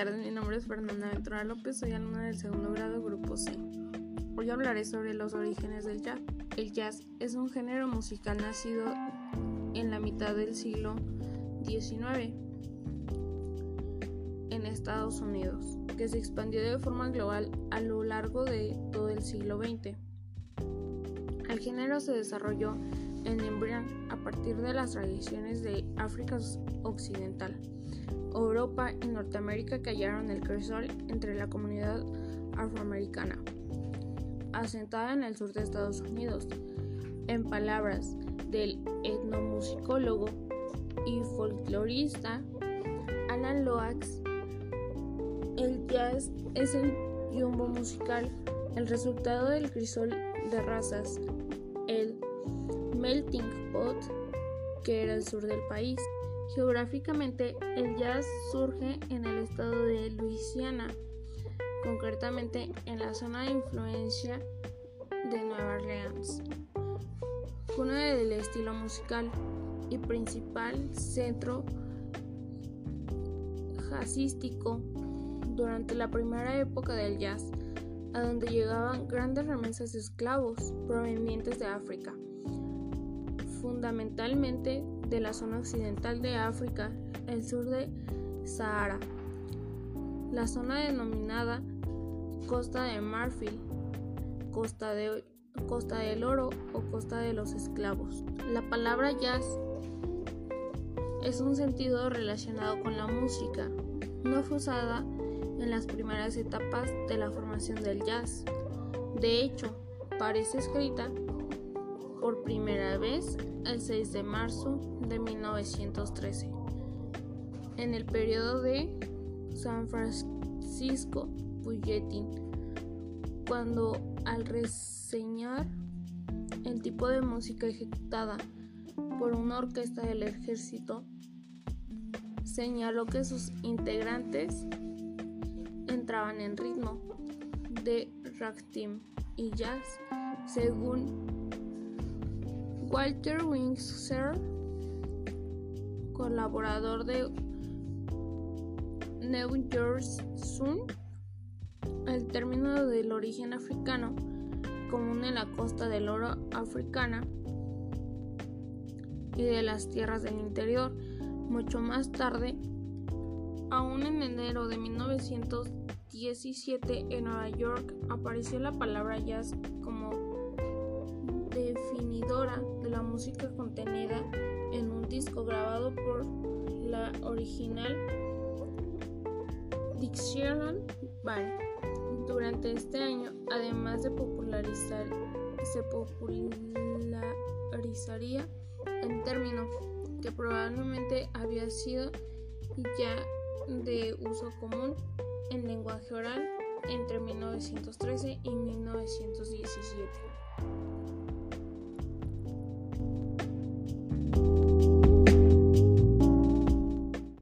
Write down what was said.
tardes, mi nombre es Fernanda Ventura López, soy alumna del segundo grado Grupo C. Hoy hablaré sobre los orígenes del jazz. El jazz es un género musical nacido en la mitad del siglo XIX en Estados Unidos, que se expandió de forma global a lo largo de todo el siglo XX. El género se desarrolló en Embrión a partir de las tradiciones de África Occidental, Europa y Norteamérica que hallaron el crisol entre la comunidad afroamericana, asentada en el sur de Estados Unidos. En palabras del etnomusicólogo y folclorista Alan Loax, el jazz es el jumbo musical, el resultado del crisol de razas, el melting pot que era el sur del país. Geográficamente, el jazz surge en el estado de Luisiana, concretamente en la zona de influencia de Nueva Orleans, cuna del estilo musical y principal centro jazzístico durante la primera época del jazz, a donde llegaban grandes remesas de esclavos provenientes de África, fundamentalmente de la zona occidental de África, el sur de Sahara, la zona denominada Costa de Marfil, Costa del Oro o Costa de los Esclavos. La palabra jazz es un sentido relacionado con la música. No fue usada en las primeras etapas de la formación del jazz. De hecho, parece escrita por primera vez el 6 de marzo de 1913, en el periodo de San Francisco Bulletin, cuando al reseñar el tipo de música ejecutada por una orquesta del ejército, señaló que sus integrantes entraban en ritmo de ragtime y jazz. Según Walter Windsor, colaborador de New York Sun, el término del origen africano, común en la Costa del Oro africana y de las tierras del interior. Mucho más tarde, aún en enero de 1917, en Nueva York, apareció la palabra jazz como definidora de la música contenida en un disco grabado por la original Dixieland Band. Durante este año, además de se popularizaría el término, que probablemente había sido ya de uso común en lenguaje oral entre 1913 y 1917.